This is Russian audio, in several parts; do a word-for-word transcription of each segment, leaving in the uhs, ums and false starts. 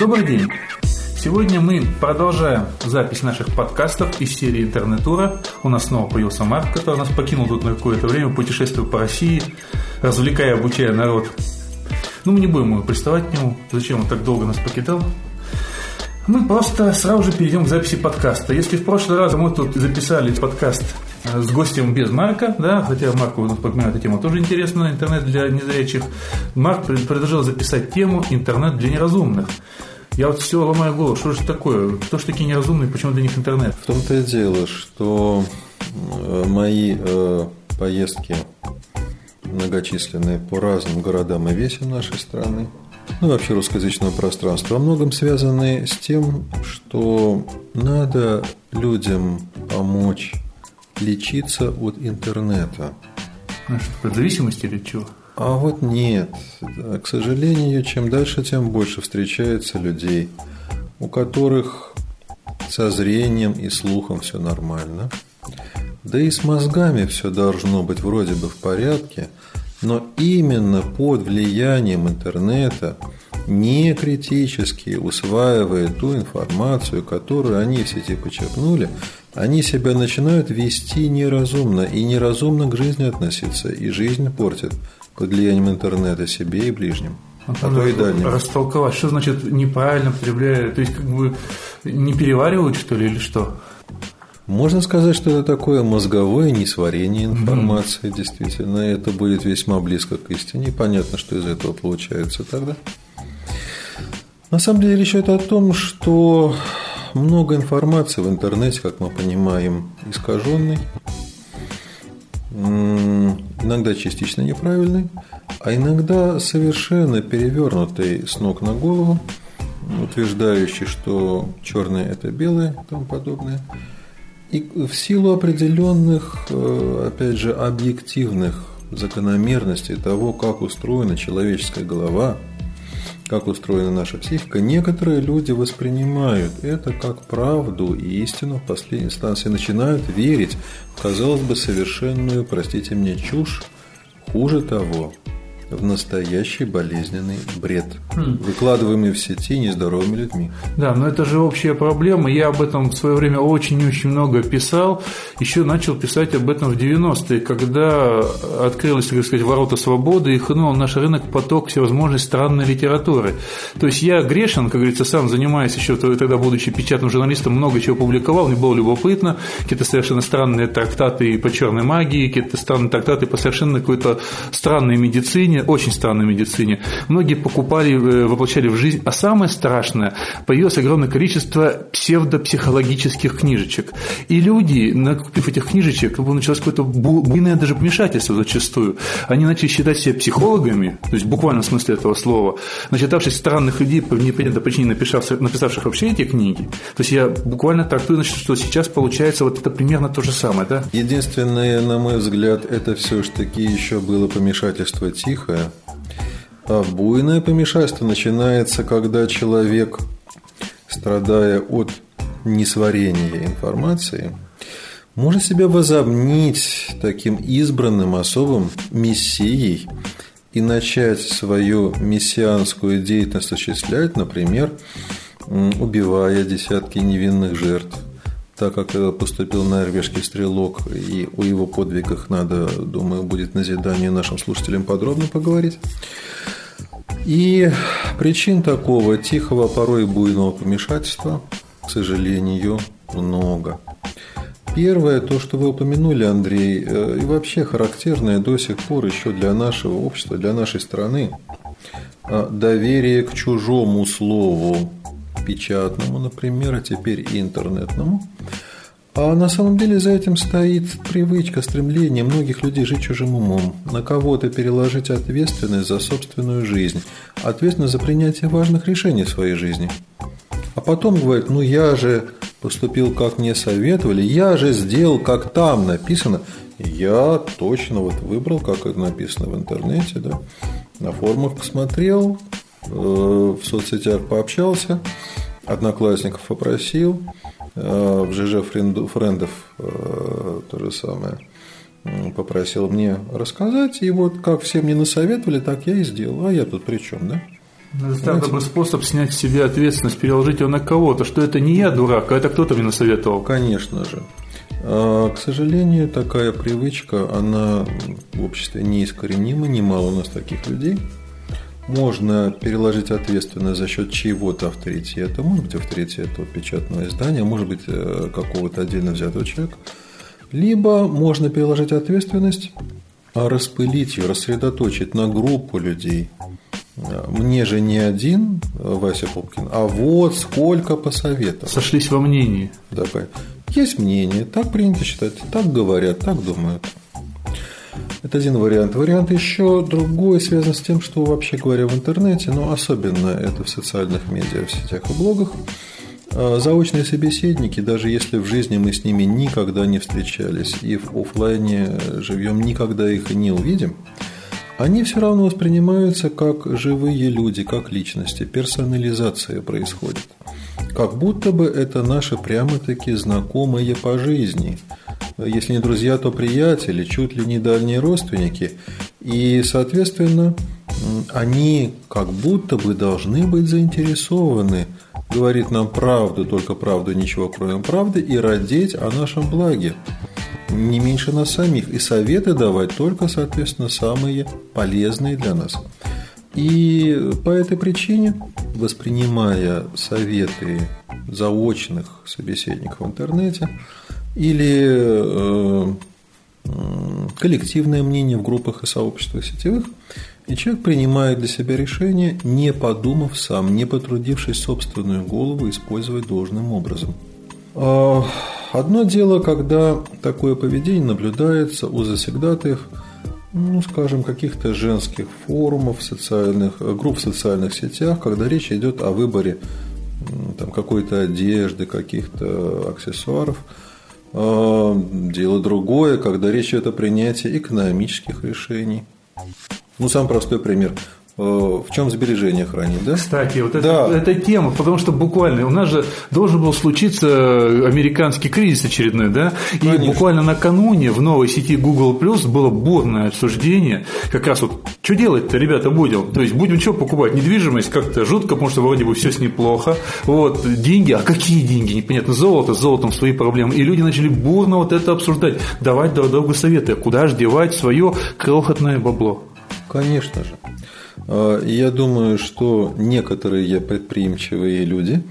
Добрый день! Сегодня мы продолжаем запись наших подкастов из серии «Интернетура». У нас снова появился Марк, который нас покинул тут на какое-то время, путешествуя по России, развлекая и обучая народ. Ну, мы не будем ему приставать к нему, зачем он так долго нас покидал. Мы просто сразу же перейдем к записи подкаста. Если в прошлый раз мы тут записали подкаст с гостем без Марка, да, хотя Марку, напоминаю, эта тема тоже интересна, интернет для незрячих, Марк предложил записать тему «Интернет для неразумных». Я вот все ломаю голову, что же такое, кто же такие неразумные, почему для них интернет? В том-то и дело, что мои э, поездки многочисленные по разным городам и весям нашей страны, ну и вообще русскоязычного пространства, во многом связаны с тем, что надо людям помочь лечиться от интернета. Ну, что, от зависимости или чего? А вот нет. К сожалению, чем дальше, тем больше встречается людей, у которых со зрением и слухом все нормально. Да и с мозгами все должно быть вроде бы в порядке, но именно под влиянием интернета не критически усваивая ту информацию, которую они в сети почерпнули, они себя начинают вести неразумно и неразумно к жизни относиться, и жизнь портят под влиянием интернета себе и ближним. А то и дальним. Растолковать, что значит неправильно потребляют, то есть как бы не переваривают, что ли, или что? Можно сказать, что это такое мозговое несварение информации, mm-hmm. действительно, это будет весьма близко к истине, понятно, что из этого получается тогда. На самом деле речь идет о том, что много информации в интернете, как мы понимаем, искаженной, иногда частично неправильной, а иногда совершенно перевернутой с ног на голову, утверждающей, что черное – это белое и тому подобное. И в силу определенных, опять же, объективных закономерностей того, как устроена человеческая голова, как устроена наша психика, некоторые люди воспринимают это как правду и истину, в последней инстанции начинают верить в, казалось бы, совершенную, простите мне, чушь, хуже того, в настоящий болезненный бред, хм. выкладываемый в сети нездоровыми людьми. Да, но это же общая проблема. Я об этом в свое время очень-очень много писал. Еще начал писать об этом в девяностые, когда открылись, так сказать, ворота свободы и хлынул в наш рынок поток всевозможной странной литературы. То есть я грешен, как говорится, сам занимаясь еще тогда, будучи печатным журналистом, много чего публиковал, мне было любопытно. Какие-то совершенно странные трактаты по черной магии, какие-то странные трактаты по совершенно какой-то странной медицине, очень странной медицине. Многие покупали, воплощали в жизнь. А самое страшное, появилось огромное количество псевдопсихологических книжечек. И люди, накупив этих книжечек, началось какое-то буйное даже помешательство зачастую. Они начали считать себя психологами, то есть в буквальном смысле этого слова, начитавшись странных людей, по непонятной причине написавших, написавших вообще эти книги. То есть я буквально трактую, значит, что сейчас получается вот это примерно то же самое, да? Единственное, на мой взгляд, это все-таки еще было помешательство тихое. А буйное помешательство начинается, когда человек, страдая от несварения информации, может себя возомнить таким избранным особым мессией и начать свою мессианскую деятельность осуществлять, например, убивая десятки невинных жертв, так как поступил норвежский стрелок, и о его подвигах надо, думаю, будет назидание нашим слушателям подробно поговорить. И причин такого тихого, порой буйного помешательства, к сожалению, много. Первое, то, что вы упомянули, Андрей, и вообще характерное до сих пор еще для нашего общества, для нашей страны, доверие к чужому слову, печатному, например, а теперь и интернетному. А на самом деле за этим стоит привычка, стремление многих людей жить чужим умом, на кого-то переложить ответственность за собственную жизнь, ответственность за принятие важных решений в своей жизни. А потом говорит, ну я же поступил, как мне советовали, я же сделал, как там написано. Я точно вот выбрал, как это написано в интернете, да, на форумах посмотрел, в соцсетях пообщался, одноклассников попросил, в ЖЖ френдов то же самое попросил мне рассказать, и вот как все мне насоветовали, так я и сделал. А я тут при чем, да? Это старый добрый способ снять с себя ответственность, переложить ее на кого-то, что это не я дурак, а это кто-то мне насоветовал. Конечно же. А, к сожалению, такая привычка, она в обществе неискоренима, немало у нас таких людей. Можно переложить ответственность за счет чьего-то авторитета, может быть, авторитета печатного издания, может быть, какого-то отдельно взятого человека. Либо можно переложить ответственность, а распылить ее, рассредоточить на группу людей. Мне же не один Вася Пупкин, а вот сколько посоветовал. Сошлись во мнении. Да, есть мнение, так принято считать, так говорят, так думают. Это один вариант. Вариант еще другой, связан с тем, что, вообще говоря, в интернете, но особенно это в социальных медиа, в сетях и блогах, заочные собеседники, даже если в жизни мы с ними никогда не встречались и в офлайне живем, никогда их и не увидим, они все равно воспринимаются как живые люди, как личности. Персонализация происходит. Как будто бы это наши прямо-таки знакомые по жизни. Если не друзья, то приятели, чуть ли не дальние родственники. И, соответственно, они как будто бы должны быть заинтересованы говорить нам правду, только правду, ничего кроме правды, и радеть о нашем благе. Не меньше нас самих. И советы давать только, соответственно, самые полезные для нас. И по этой причине, воспринимая советы заочных собеседников в интернете или э, коллективное мнение в группах и сообществах сетевых, и человек принимает для себя решение, не подумав сам, не потрудившись собственную голову использовать должным образом. Одно дело, когда такое поведение наблюдается у завсегдатаев, ну, скажем, каких-то женских форумов, социальных, групп в социальных сетях, когда речь идет о выборе там, какой-то одежды, каких-то аксессуаров. Дело другое, когда речь идет о принятии экономических решений. Ну, самый простой пример. В чем сбережения хранить, да? Кстати, вот это, да. это тема, потому что буквально у нас же должен был случиться американский кризис очередной, да? Конечно. И буквально накануне в новой сети Google Plus было бурное обсуждение, как раз вот, что делать-то, ребята, будем? То есть, будем что покупать? Недвижимость как-то жутко, потому что вроде бы все с ней плохо. Вот, деньги, а какие деньги? Непонятно, золото, с золотом свои проблемы. И люди начали бурно вот это обсуждать, давать друг другу советы, куда же девать свое крохотное бабло. Конечно же. Я думаю, что некоторые предприимчивые люди,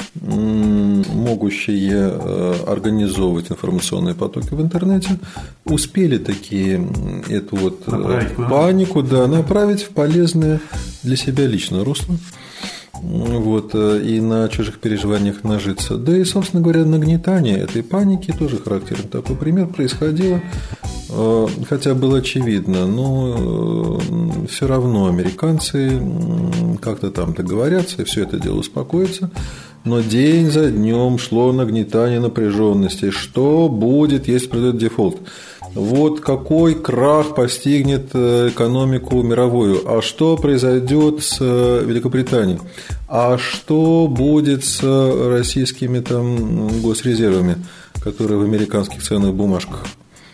могущие организовывать информационные потоки в интернете, успели такие эту вот направить, панику да, направить в полезное для себя личное русло. Вот, и на чужих переживаниях нажиться. Да и, собственно говоря, нагнетание этой паники, тоже характерный такой пример, происходило, хотя было очевидно, но все равно американцы как-то там договорятся, и все это дело успокоится. Но день за днем шло нагнетание напряженности. Что будет, если произойдет дефолт? Вот какой крах постигнет экономику мировую? А что произойдет с Великобританией? А что будет с российскими там госрезервами, которые в американских ценных бумажках?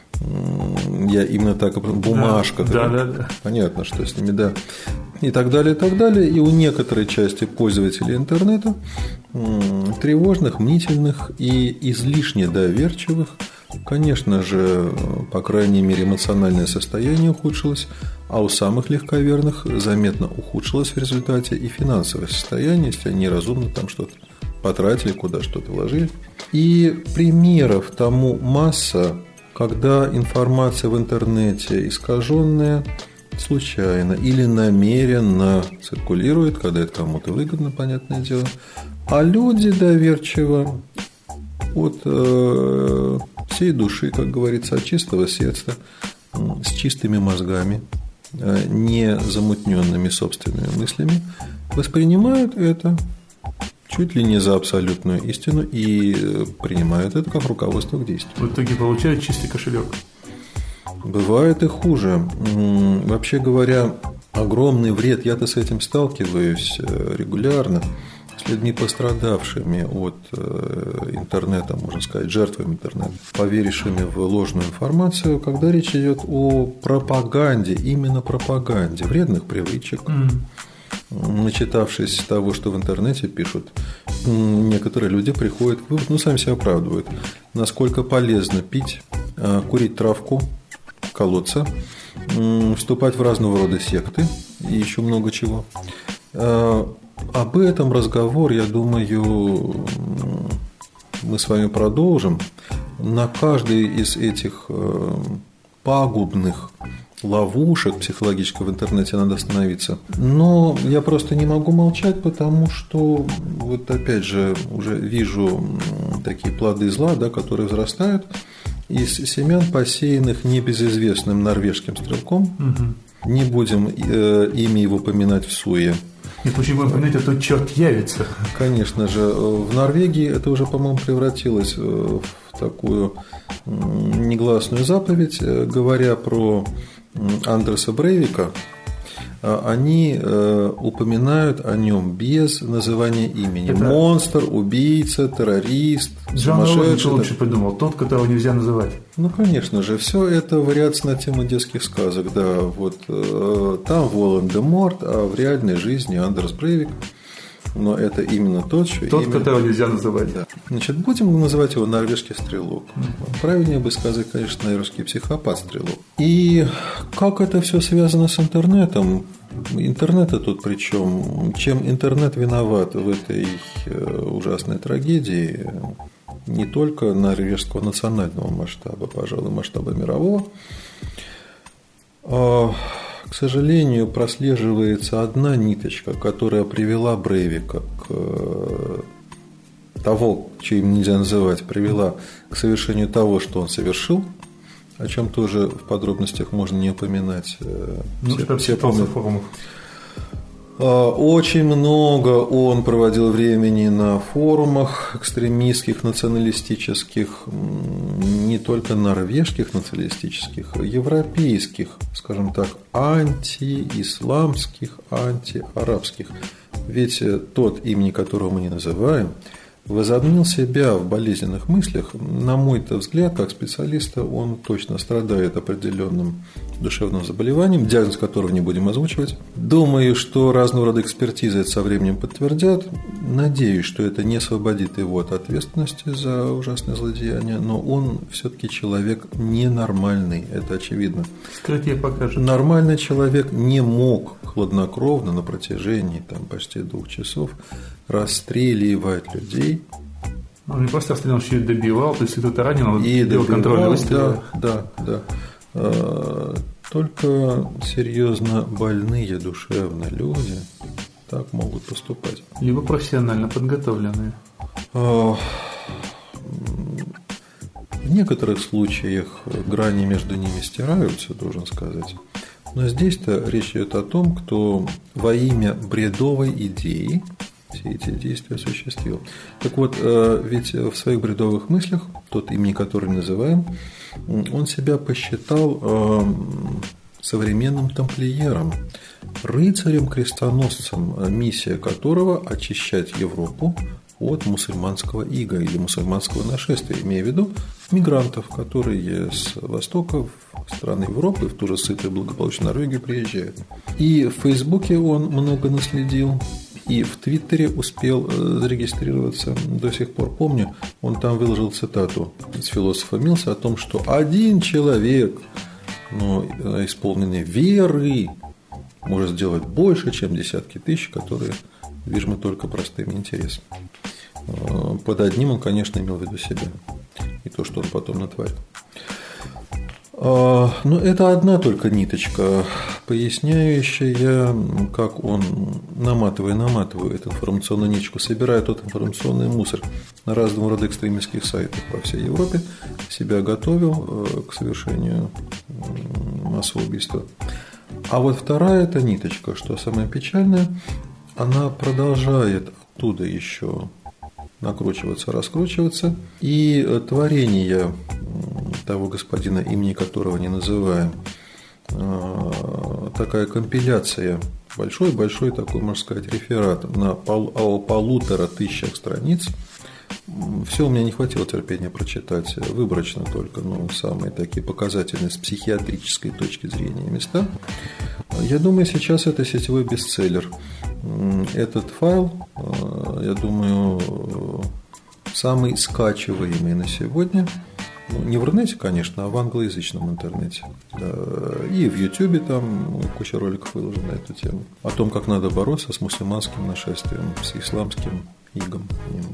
Я именно так, бумажках. Да, да, да. Понятно, что с ними, да. И так далее, и так далее. И у некоторой части пользователей интернета, тревожных, мнительных и излишне доверчивых, конечно же, по крайней мере, эмоциональное состояние ухудшилось, а у самых легковерных заметно ухудшилось в результате и финансовое состояние, если они разумно там что-то потратили, куда что-то вложили. И примеров тому масса, когда информация в интернете искаженная случайно или намеренно циркулирует, когда это кому-то выгодно, понятное дело, а люди доверчиво от э, всей души, как говорится, от чистого сердца, с чистыми мозгами, э, не замутненными собственными мыслями, воспринимают это чуть ли не за абсолютную истину и принимают это как руководство к действию. В итоге получают чистый кошелек. Бывает и хуже. Вообще говоря, огромный вред, я-то с этим сталкиваюсь регулярно, с людьми, пострадавшими от интернета, можно сказать, жертвами интернета, поверившими в ложную информацию, когда речь идет о пропаганде, именно пропаганде вредных привычек, mm. начитавшись того, что в интернете пишут, некоторые люди приходят к выводу, ну, сами себя оправдывают, насколько полезно пить, курить травку, колоться, вступать в разного рода секты и еще много чего. Об этом разговор, я думаю, мы с вами продолжим. На каждой из этих пагубных ловушек психологических в интернете надо остановиться. Но я просто не могу молчать, потому что, вот опять же, уже вижу такие плоды зла, да, которые взрастают из семян, посеянных небезызвестным норвежским стрелком. Угу. Не будем э, имя его поминать в суе. И почему вы помните, а то черт явится. Конечно же. В Норвегии это уже, по-моему, превратилось в такую негласную заповедь, говоря про Андреса Брейвика. Они упоминают о нем без называния имени. Это... Монстр, убийца, террорист, Джон Роулинг лучше придумал, тот, которого нельзя называть. Ну, конечно же, все это вариация на тему детских сказок. Да, вот там Волан-де-Морт, а в реальной жизни Андерс Брейвик. Но это именно тот, что Тот, имя... которого нельзя называть. Да. Значит, будем называть его норвежский стрелок. Mm-hmm. Правильнее бы сказать, конечно, норвежский психопат-стрелок. И как это все связано с интернетом? Интернет тут при чем? Чем интернет виноват в этой ужасной трагедии? Не только норвежского национального масштаба, пожалуй, масштаба мирового. К сожалению, прослеживается одна ниточка, которая привела Брейвика к того, что им нельзя называть, привела к совершению того, что он совершил, о чем тоже в подробностях можно не упоминать. Ну, все, все помнят. Очень много он проводил времени на форумах экстремистских, националистических, не только норвежских националистических, европейских, скажем так, антиисламских, антиарабских. Ведь тот, имени которого мы не называем, возомнил себя в болезненных мыслях. На мой-то взгляд, как специалиста, он точно страдает определенным душевным заболеванием, диагноз которого не будем озвучивать. Думаю, что разного рода экспертизы это со временем подтвердят. Надеюсь, что это не освободит его от ответственности за ужасное злодеяние, но он все-таки человек ненормальный, это очевидно. Вскрытие покажет. Нормальный человек не мог хладнокровно на протяжении там, почти двух часов расстреливать людей. Он не просто расстрелял, еще и добивал, то есть кто-то ранен, он и делал контроль выстрела. Да, да, да. Только серьезно больные душевно люди так могут поступать. Либо профессионально подготовленные. В некоторых случаях грани между ними стираются, должен сказать. Но здесь-то речь идет о том, кто во имя бредовой идеи все эти действия осуществил. Так вот, ведь в своих бредовых мыслях, тот имени, который называем, он себя посчитал современным тамплиером, рыцарем-крестоносцем, миссия которого очищать Европу от мусульманского ига или мусульманского нашествия, имея в виду мигрантов, которые с востока в страны Европы, в ту же сытую благополучную Норвегию приезжают. И в Фейсбуке он много наследил, и в Твиттере успел зарегистрироваться. До сих пор помню, он там выложил цитату из философа Милса о том, что один человек, но исполненный веры, может сделать больше, чем десятки тысяч, которые движимы только простым интересом. Под одним он, конечно, имел в виду себя и то, что он потом натворил. Но это одна только ниточка, поясняющая, как он, наматывая, наматывая эту информационную ниточку, собирая тот информационный мусор на разного рода экстремистских сайтах по всей Европе, себя готовил к совершению массового убийства. А вот вторая эта ниточка, что самое печальное, она продолжает оттуда еще накручиваться, раскручиваться, и творение того господина, имени которого не называем, такая компиляция, большой-большой такой, можно сказать, реферат на пол, о полутора тысячах страниц. Все, у меня не хватило терпения прочитать выборочно только, ну, самые такие показательные с психиатрической точки зрения места. Я думаю, сейчас это сетевой бестселлер. Этот файл, я думаю, самый скачиваемый на сегодня. Не в Рунете, конечно, а в англоязычном интернете. И в Ютубе там куча роликов выложена на эту тему. О том, как надо бороться с мусульманским нашествием, с исламским игом.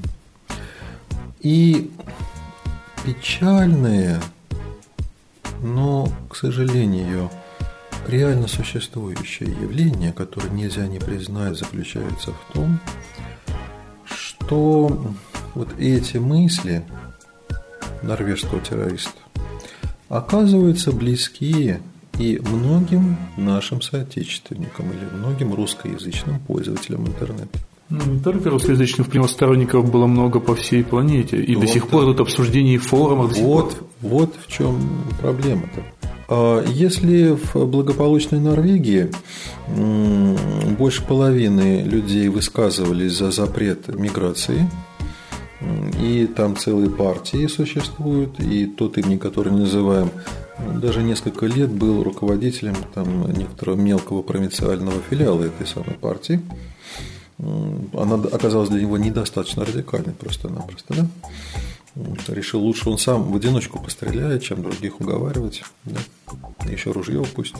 И печальное, но, к сожалению, реально существующее явление, которое нельзя не признать, заключается в том, что вот эти мысли норвежского террориста оказываются близкие и многим нашим соотечественникам или многим русскоязычным пользователям интернета. Ну, не только русскоязычных сторонников было много по всей планете, и вот до сих пор идут обсуждения в форумах. Вот, вот в чем проблема-то. Если в благополучной Норвегии больше половины людей высказывались за запрет миграции, и там целые партии существуют, и тот имя, который называем, даже несколько лет был руководителем там некоторого мелкого провинциального филиала этой самой партии. Она оказалась для него недостаточно радикальной просто-напросто, да? Решил, лучше он сам в одиночку постреляет, чем других уговаривать, да? Еще ружье упустит.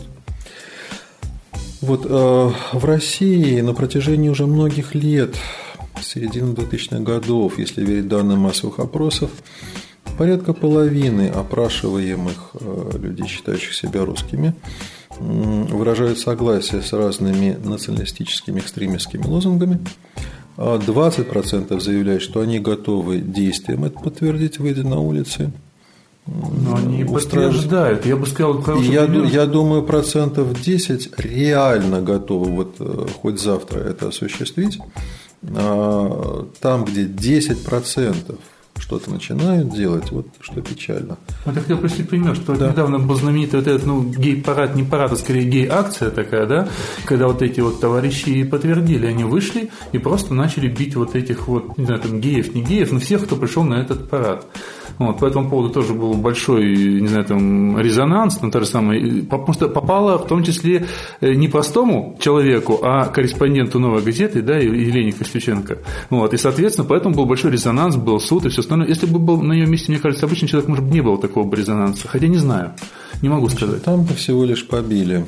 Вот э, в России на протяжении уже многих лет, с середины двухтысячных годов, если верить данным массовых опросов, порядка половины опрашиваемых людей, считающих себя русскими, выражают согласие с разными националистическими экстремистскими лозунгами. двадцать процентов заявляют, что они готовы действием это подтвердить, выйдя на улицы. Но они подтверждают. Я бы сказал, я, я думаю, процентов десять реально готовы вот хоть завтра это осуществить. Там, где десять процентов что-то начинают делать, вот что печально. Вот я хотел привести пример, что да. недавно был знаменитый вот этот, ну, гей-парад, не парад, а скорее гей-акция такая, да, когда вот эти вот товарищи подтвердили, они вышли и просто начали бить вот этих вот, не знаю, там, геев, не геев, но всех, кто пришел на этот парад. Вот, по этому поводу тоже был большой, не знаю, там, резонанс, ну, то же самое, потому что попало в том числе не простому человеку, а корреспонденту «Новой газеты», да, Елене Костюченко. Вот, и, соответственно, поэтому был большой резонанс, был суд и все остальное. Если бы был на ее месте, мне кажется, обычный человек, может, не было такого бы резонанса, хотя не знаю, не могу сказать. Там-то всего лишь побили.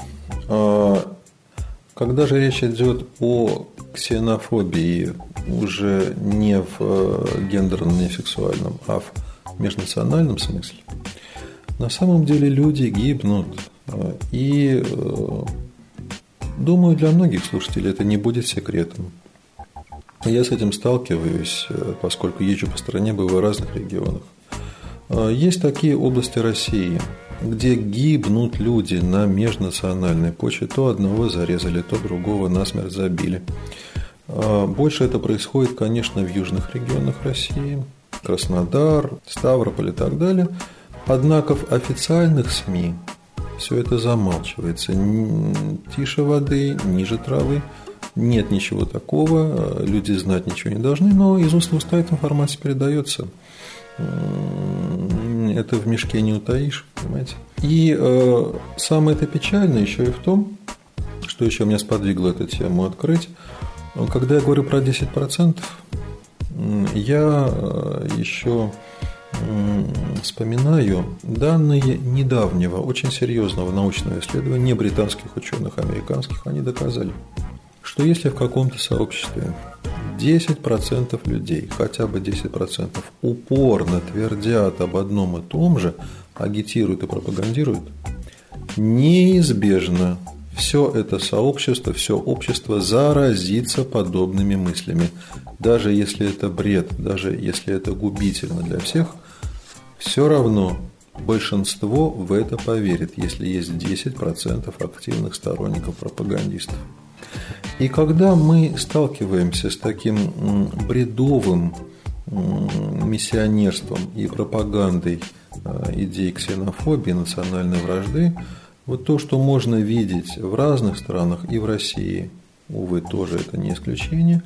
Когда же речь идет о ксенофобии, уже не в гендерном, не в сексуальном, а в межнациональном смысле, на самом деле люди гибнут. И, думаю, для многих слушателей это не будет секретом. Я с этим сталкиваюсь, поскольку езжу по стране, бываю в разных регионах. Есть такие области России, где гибнут люди на межнациональной почве. То одного зарезали, то другого насмерть забили. Больше это происходит, конечно, в южных регионах России. Краснодар, Ставрополь и так далее. Однако в официальных СМИ все это замалчивается. Тише воды, ниже травы. Нет ничего такого, люди знать ничего не должны, но из уст в уста эта информация передается. Это в мешке не утаишь, понимаете. И э, самое это печальное еще и в том, что еще меня сподвигло эту тему открыть. Когда я говорю про десять процентов, я еще вспоминаю данные недавнего, очень серьезного научного исследования не британских ученых, американских. Они доказали, что если в каком-то сообществе десять процентов людей, хотя бы десять процентов, упорно твердят об одном и том же, агитируют и пропагандируют, неизбежно все это сообщество, все общество заразится подобными мыслями. Даже если это бред, даже если это губительно для всех, все равно большинство в это поверит, если есть десять процентов активных сторонников пропагандистов. И когда мы сталкиваемся с таким бредовым миссионерством и пропагандой идей ксенофобии, национальной вражды, вот то, что можно видеть в разных странах и в России, увы, тоже это не исключение,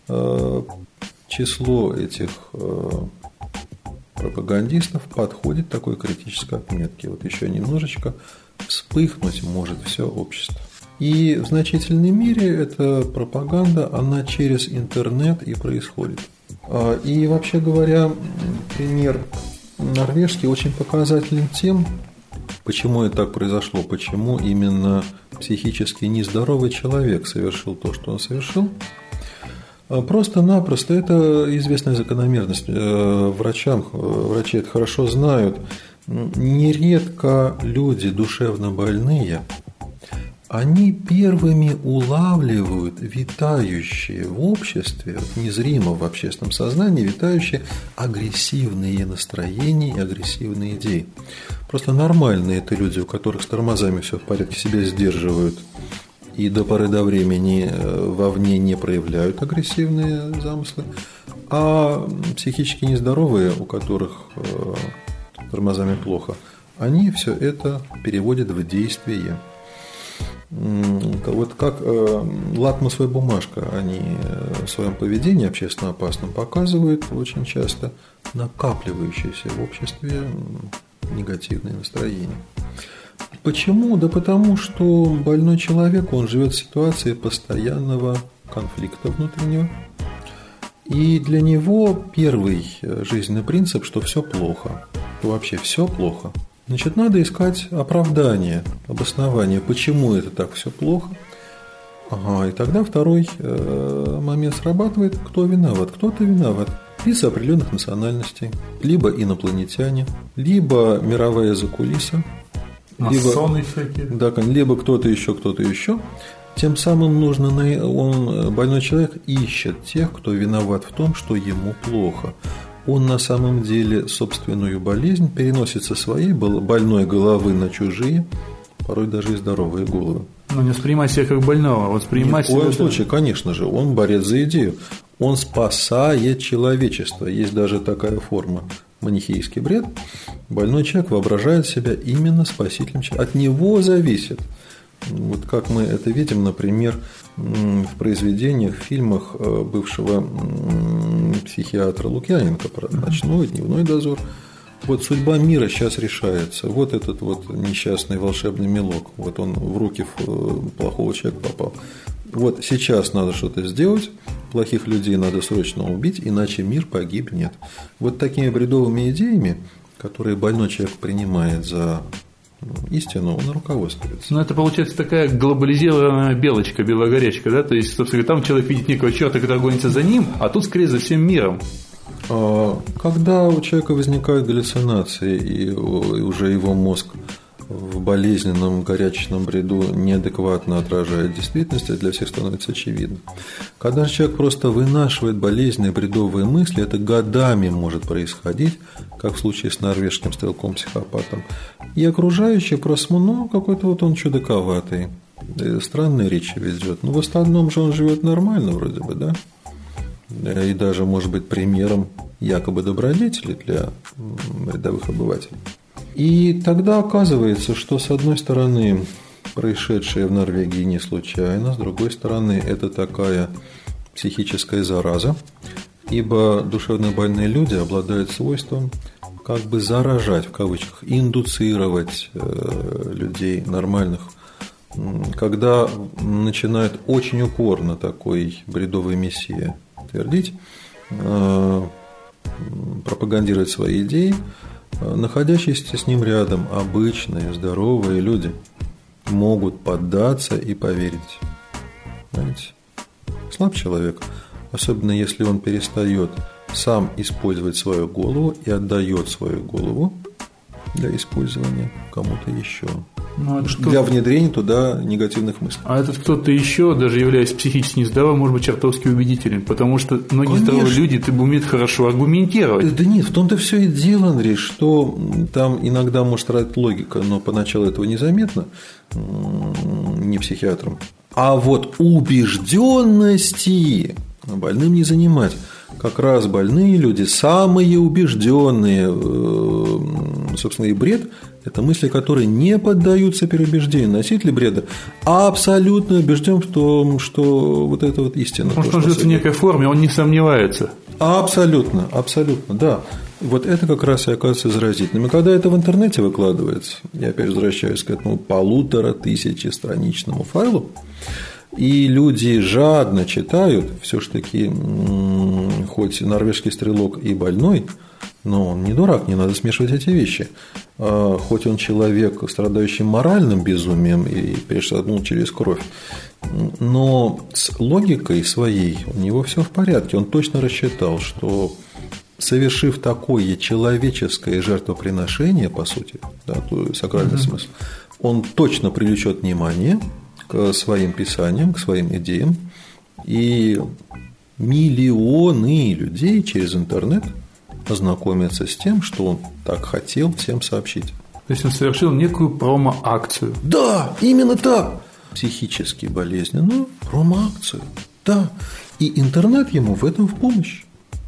число этих пропагандистов подходит к такой критической отметке. Вот еще немножечко вспыхнуть может все общество. И в значительной мере эта пропаганда, она через интернет и происходит. И вообще говоря, пример норвежский очень показателен тем, почему это так произошло, почему именно психически нездоровый человек совершил то, что он совершил. Просто-напросто это известная закономерность. Врачам, врачи это хорошо знают. Нередко люди душевно больные, они первыми улавливают витающие в обществе, незримо в общественном сознании, витающие агрессивные настроения и агрессивные идеи. Просто нормальные это люди, у которых с тормозами все в порядке, себя сдерживают и до поры до времени вовне не проявляют агрессивные замыслы, а психически нездоровые, у которых с тормозами плохо, они все это переводят в действие. Вот как лакмусовая бумажка, они в своем поведении общественно опасном показывают очень часто накапливающиеся в обществе негативные настроения. Почему? Да потому что больной человек, он живет в ситуации постоянного конфликта внутреннего, и для него первый жизненный принцип, что все плохо, вообще все плохо. Значит, надо искать оправдание, обоснование, почему это так все плохо. Ага, и тогда второй момент срабатывает, кто виноват. Кто-то виноват. Лица определенных национальностей, либо инопланетяне, либо мировая закулиса, масоны либо, всякие. Да, либо кто-то еще, кто-то еще. Тем самым нужно, он, больной человек ищет тех, кто виноват в том, что ему плохо. Он на самом деле собственную болезнь переносит со своей больной головы на чужие, порой даже и здоровые головы. Но не воспринимать себя как больного, воспринимать себя... Ни в коем случае, конечно же, он борец за идею. Он спасает человечество. Есть даже такая форма, манихейский бред. Больной человек воображает себя именно спасителем. От него зависит. Вот как мы это видим, например, в произведениях, в фильмах бывшего психиатра Лукьяненко про ночной, дневной дозор. Вот судьба мира сейчас решается. Вот этот вот несчастный волшебный мелок. Вот он в руки плохого человека попал. Вот сейчас надо что-то сделать. Плохих людей надо срочно убить, иначе мир погибнет. Вот такими бредовыми идеями, которые больной человек принимает за истину, он руководствуется. Ну, это получается такая глобализированная белочка, белогорячка, да? То есть, собственно, там человек видит некого черта, который гонится за ним, а тут скорее за всем миром. Когда у человека возникают галлюцинации, и уже его мозг в болезненном, горячечном бреду неадекватно отражает действительность, это для всех становится очевидно. Когда же человек просто вынашивает болезненные бредовые мысли, это годами может происходить, как в случае с норвежским стрелком-психопатом. И окружающие просто, ну, какой-то вот он чудаковатый, странные речи ведет. Но в остальном же он живет нормально вроде бы, да? И даже может быть примером якобы добродетели для рядовых обывателей. И тогда оказывается, что с одной стороны происшедшее в Норвегии не случайно, с другой стороны это такая психическая зараза, ибо душевно больные люди обладают свойством как бы заражать, в кавычках, индуцировать людей нормальных, когда начинает очень упорно такой бредовый мессия твердить, пропагандировать свои идеи, находящиеся с ним рядом обычные, здоровые люди могут поддаться и поверить. Знаете, слаб человек, особенно если он перестает сам использовать свою голову и отдает свою голову для использования кому-то еще. Ну, для кто... внедрения туда негативных мыслей. А этот кто-то еще, даже являясь психически нездоровым, может быть чертовски убедителен, потому что многие Конечно. здоровые люди ты умеют хорошо аргументировать. Да нет, в том-то все и дело, Андрей, что там иногда может страдать логика, но поначалу этого незаметно, не психиатром. А вот убежденности больным не занимать. Как раз больные люди, самые убежденные, собственно, и бред – это мысли, которые не поддаются переубеждению. Носитель бреда абсолютно убежден в том, что вот это вот истина. Потому что он живет в некой форме, он не сомневается. Абсолютно, абсолютно, да. Вот это как раз и оказывается заразительным. И когда это в интернете выкладывается, я опять возвращаюсь к этому полутора тысячи страничному файлу, и люди жадно читают, все-таки хоть норвежский стрелок и больной, но он не дурак, не надо смешивать эти вещи. Хоть он человек, страдающий моральным безумием и перешагнул через кровь, но с логикой своей у него все в порядке. Он точно рассчитал, что совершив такое человеческое жертвоприношение, по сути, да, сакральный mm-hmm. смысл, он точно привлечет внимание к своим писаниям, к своим идеям, и миллионы людей через интернет ознакомиться с тем, что он так хотел всем сообщить. То есть он совершил некую промо-акцию. Да, именно так. Психически болезненную промо-акцию. Да. И интернет ему в этом в помощь.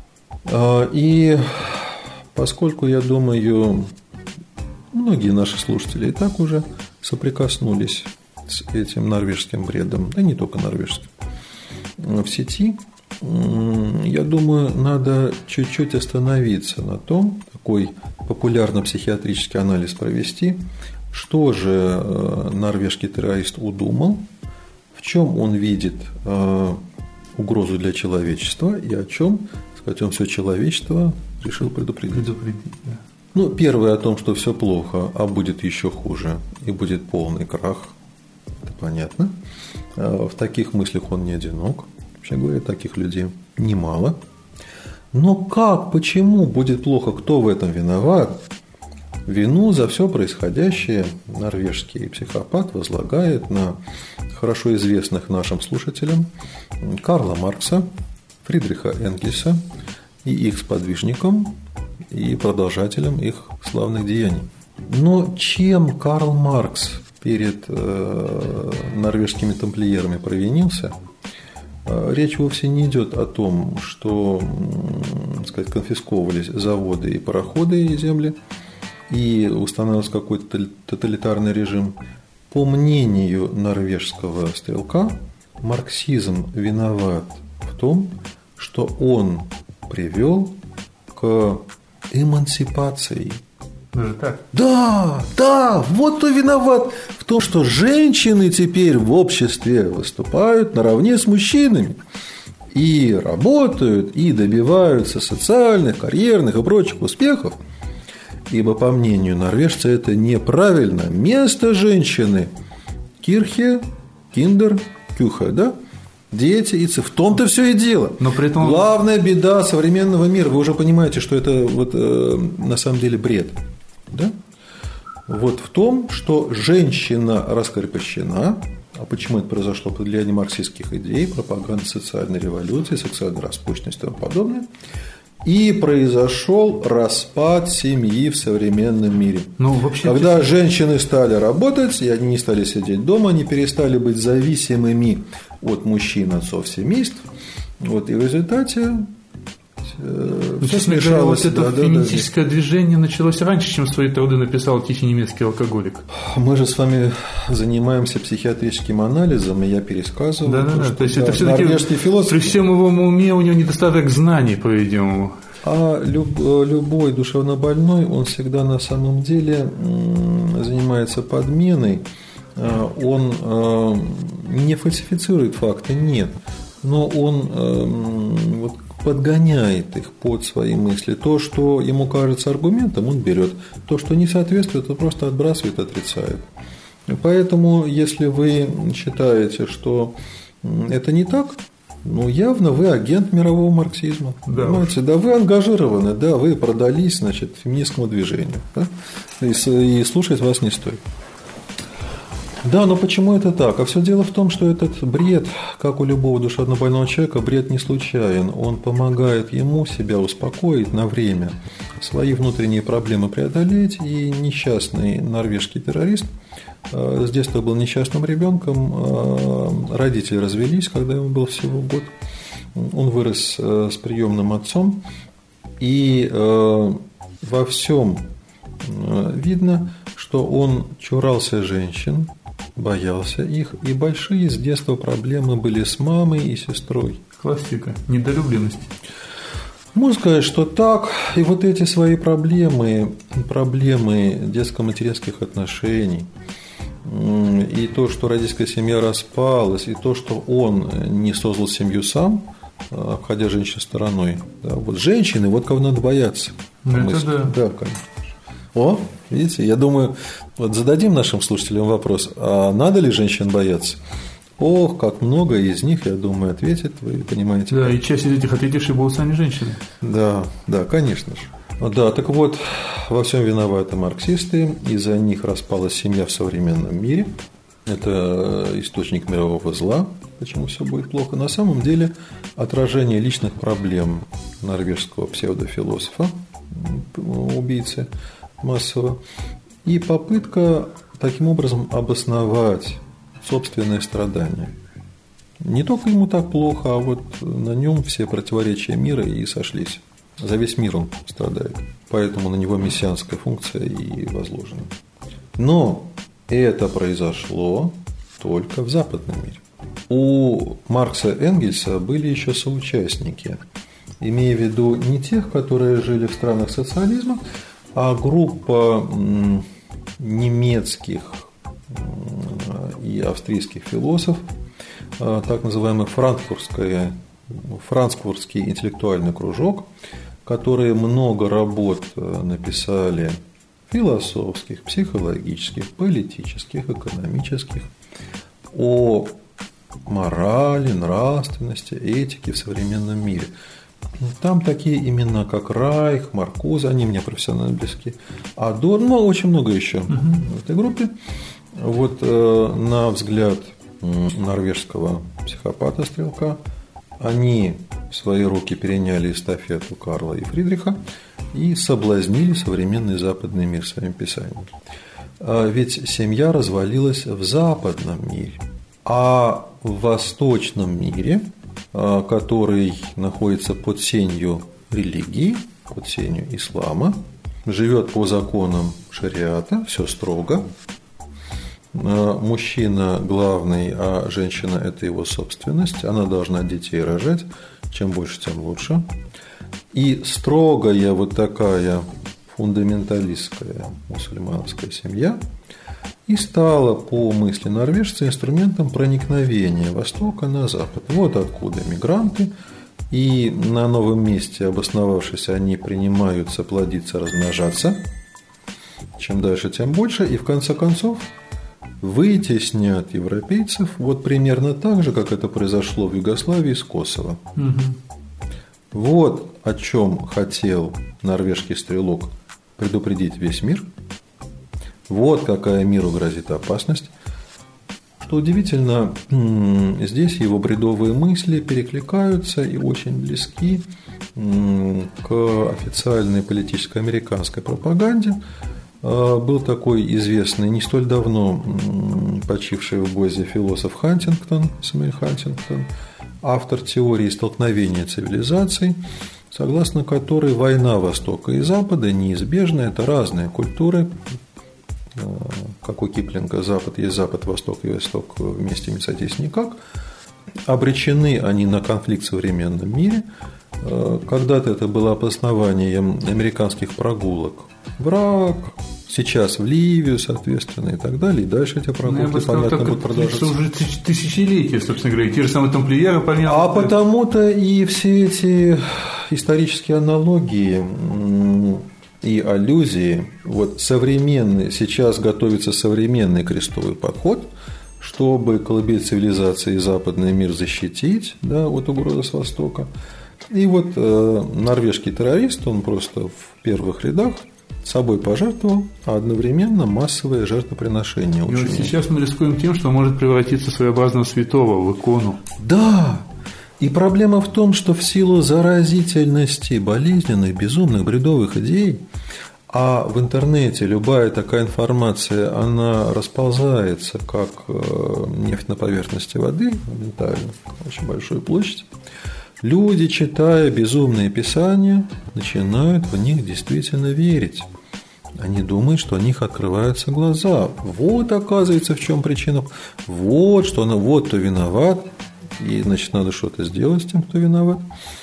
И поскольку, я думаю, многие наши слушатели и так уже соприкоснулись с этим норвежским бредом, да не только норвежским, в сети, я думаю, надо чуть-чуть остановиться на том, какой популярно-психиатрический анализ провести, что же норвежский террорист удумал, в чем он видит угрозу для человечества и о чем, сказать, он все человечество решил предупредить. предупредить да. Ну, первое о том, что все плохо, а будет еще хуже, и будет полный крах, это понятно. В таких мыслях он не одинок. Вообще говоря, таких людей немало. Но как, почему будет плохо, кто в этом виноват? Вину за все происходящее норвежский психопат возлагает на хорошо известных нашим слушателям Карла Маркса, Фридриха Энгельса и их сподвижникам и продолжателям их славных деяний. Но чем Карл Маркс перед э, норвежскими тамплиерами провинился? Речь вовсе не идет о том, что, так сказать, конфисковывались заводы и пароходы и земли, и устанавливался какой-то тоталитарный режим. По мнению норвежского стрелка, марксизм виноват в том, что он привел к эмансипации. Даже так? Да, да, вот кто виноват в том, что женщины теперь в обществе выступают наравне с мужчинами и работают, и добиваются социальных, карьерных и прочих успехов, ибо, по мнению норвежца, это неправильно. Место женщины – кирхе, киндер, кюха, да? Дети, и в том-то все и дело. Но при этом... Главная беда современного мира, вы уже понимаете, что это вот, э, на самом деле бред. Да? Вот в том, что женщина раскрепощена. А почему это произошло? Под влиянием марксистских идей, пропаганды социальной революции, сексуальной распущенности и тому подобное. И произошел распад семьи в современном мире. Ну, вообще, когда женщины стали работать, и они не стали сидеть дома, они перестали быть зависимыми от мужчин, отцов семейств. Вот, и в результате ну, все смешалось. Вот это да, феминистическое да, да. движение началось раньше, чем свои труды написал тихий немецкий алкоголик. Мы же с вами занимаемся психиатрическим анализом, и я пересказываю. Да, да, да. То есть да, это все-таки философ. При всем его уме у него недостаток знаний, по-видимому. А люб, любой душевнобольной, он всегда на самом деле занимается подменой. Он не фальсифицирует факты, нет. Но он вот, подгоняет их под свои мысли. То, что ему кажется аргументом, он берет. То, что не соответствует, он просто отбрасывает, отрицает. Поэтому, если вы считаете, что это не так, ну, явно вы агент мирового марксизма. Да, понимаете? Да, вы ангажированы, да, вы продались, значит, феминистскому движению. Да? И, и слушать вас не стоит. Да, но почему это так? А все дело в том, что этот бред, как у любого душевнобольного человека, бред не случайен. Он помогает ему себя успокоить на время, свои внутренние проблемы преодолеть. И несчастный норвежский террорист с детства был несчастным ребенком. Родители развелись, когда ему был всего год. Он вырос с приемным отцом. И во всем видно, что он чурался женщин, боялся их, и большие с детства проблемы были с мамой и сестрой. Классика недолюбленности. Можно сказать, что так. И вот эти свои проблемы, проблемы детско-материнских отношений, и то, что родительская семья распалась, и то, что он не создал семью сам, обходя женщин стороной. Да, вот женщины, вот кого надо бояться. Это да. Да, конечно. О, видите, я думаю, вот зададим нашим слушателям вопрос, а надо ли женщин бояться? Ох, как много из них, я думаю, ответят, вы понимаете. Да, как... и часть из этих ответивших будут сами женщины. Да, да, конечно же. Да, так вот, во всем виноваты марксисты, из-за них распалась семья в современном мире. Это источник мирового зла, почему все будет плохо. На самом деле, отражение личных проблем норвежского псевдофилософа, убийцы массового, и попытка таким образом обосновать собственное страдание. Не только ему так плохо, а вот на нем все противоречия мира и сошлись. За весь мир он страдает, поэтому на него мессианская функция и возложена. Но это произошло только в западном мире. У Маркса и Энгельса были еще соучастники, имея в виду не тех, которые жили в странах социализма, а группа немецких и австрийских философов, так называемый франкфуртский, франкфуртский интеллектуальный кружок, которые много работ написали философских, психологических, политических, экономических, о морали, нравственности, этике в современном мире. Там такие имена, как Райх, Маркузе, они мне профессионально близки, Адорно, ну, очень много еще угу. в этой группе. Вот на взгляд норвежского психопата-стрелка, они в свои руки переняли эстафету Карла и Фридриха и соблазнили современный западный мир своим писанием. Ведь семья развалилась в западном мире, а в восточном мире, который находится под сенью религии, под сенью ислама, живет по законам шариата, все строго. Мужчина главный, а женщина – это его собственность. Она должна детей рожать. Чем больше, тем лучше. И строгая вот такая фундаменталистская мусульманская семья и стала, по мысли норвежца, инструментом проникновения Востока на Запад. Вот откуда мигранты. И на новом месте, обосновавшись, они принимаются плодиться, размножаться. Чем дальше, тем больше. И в конце концов вытеснят европейцев вот примерно так же, как это произошло в Югославии с Косово. Угу. Вот о чем хотел норвежский стрелок предупредить весь мир. Вот какая миру грозит опасность. Что удивительно, здесь его бредовые мысли перекликаются и очень близки к официальной политической американской пропаганде. Был такой известный, не столь давно почивший в Бозе философ Хантингтон, Сэмюэль Хантингтон, автор теории столкновения цивилизаций, согласно которой война Востока и Запада неизбежна, это разные культуры, как у Киплинга, Запад есть Запад, Восток и Восток вместе не сойтись никак, обречены они на конфликт в современном мире. Когда-то это было обоснованием американских прогулок в Ирак, сейчас в Ливию, соответственно, и так далее. И дальше эти прогулки, сказал, понятно, будут продолжаться. Уже тысячелетия, собственно говоря, те же самые тамплиеры, понятно. А потому-то и все эти исторические аналогии и аллюзии, вот современный, сейчас готовится современный крестовый поход, чтобы колыбель цивилизации и западный мир защитить, да, от угрозы с Востока. И вот э, норвежский террорист, он просто в первых рядах собой пожертвовал, а одновременно массовое жертвоприношение. И вот сейчас мы рискуем тем, что может превратиться в своеобразного святого, в икону. Да, и проблема в том, что в силу заразительности болезненных, безумных, бредовых идей, а в интернете любая такая информация, она расползается, как нефть на поверхности воды, моментально, очень большую площадь. Люди, читая безумные писания, начинают в них действительно верить. Они думают, что у них открываются глаза. Вот, оказывается, в чем причина. Вот, что она, вот кто виноват. И, значит, надо что-то сделать с тем, кто виноват.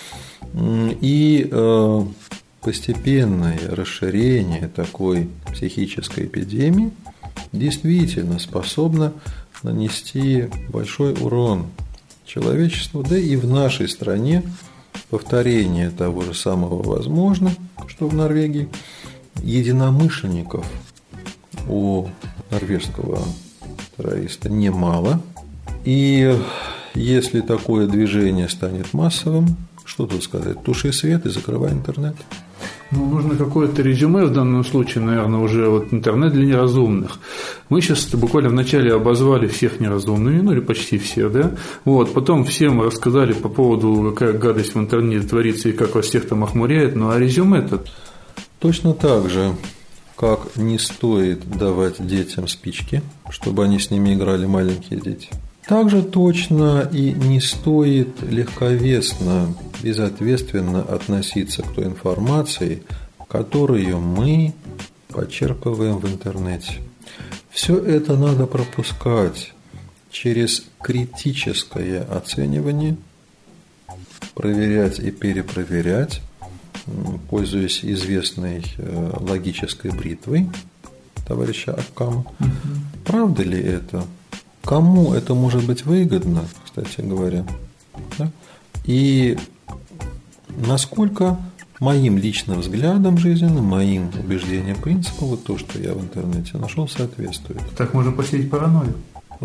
И постепенное расширение такой психической эпидемии действительно способно нанести большой урон человечеству, да и в нашей стране повторение того же самого возможно, что в Норвегии. Единомышленников у норвежского террориста немало, и если такое движение станет массовым, что тут сказать, туши свет и закрывай интернет. Ну, нужно какое-то резюме в данном случае, наверное, уже вот интернет для неразумных. Мы сейчас буквально вначале обозвали всех неразумными, ну или почти всех, да? Вот, потом всем рассказали по поводу, какая гадость в интернете творится и как вас всех там охмуряет. Ну а резюме-то? Точно так же, как не стоит давать детям спички, чтобы они с ними играли, маленькие дети. Также точно и не стоит легковесно, безответственно относиться к той информации, которую мы почерпываем в интернете. Все это надо пропускать через критическое оценивание, проверять и перепроверять, пользуясь известной логической бритвой товарища Оккама. Угу. Правда ли это? Кому это может быть выгодно, кстати говоря, да? И насколько моим личным взглядом жизненным, моим убеждениям, принципам, вот то, что я в интернете нашел, соответствует. Так можно посеять паранойю?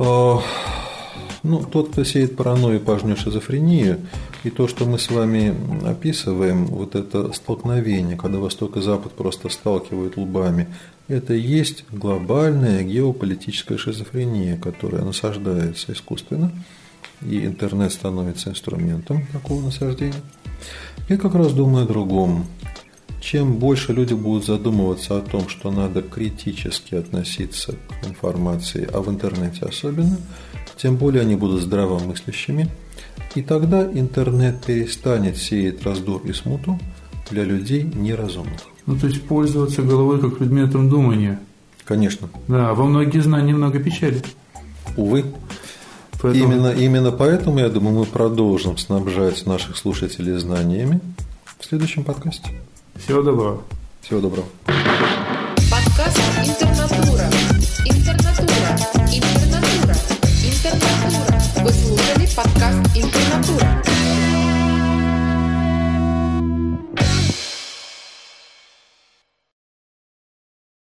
Ну, тот, кто сеет паранойю, пожнет шизофрению. И то, что мы с вами описываем, вот это столкновение, когда Восток и Запад просто сталкивают лбами, это и есть глобальная геополитическая шизофрения, которая насаждается искусственно, и интернет становится инструментом такого насаждения. Я как раз думаю о другом. Чем больше люди будут задумываться о том, что надо критически относиться к информации, а в интернете особенно, тем более они будут здравомыслящими, и тогда интернет перестанет сеять раздор и смуту для людей неразумных. Ну, то есть пользоваться головой как предметом думания. Конечно. Да, во многие знания много печали. Увы. Поэтому... Именно, именно поэтому, я думаю, мы продолжим снабжать наших слушателей знаниями в следующем подкасте. Всего доброго. Всего доброго.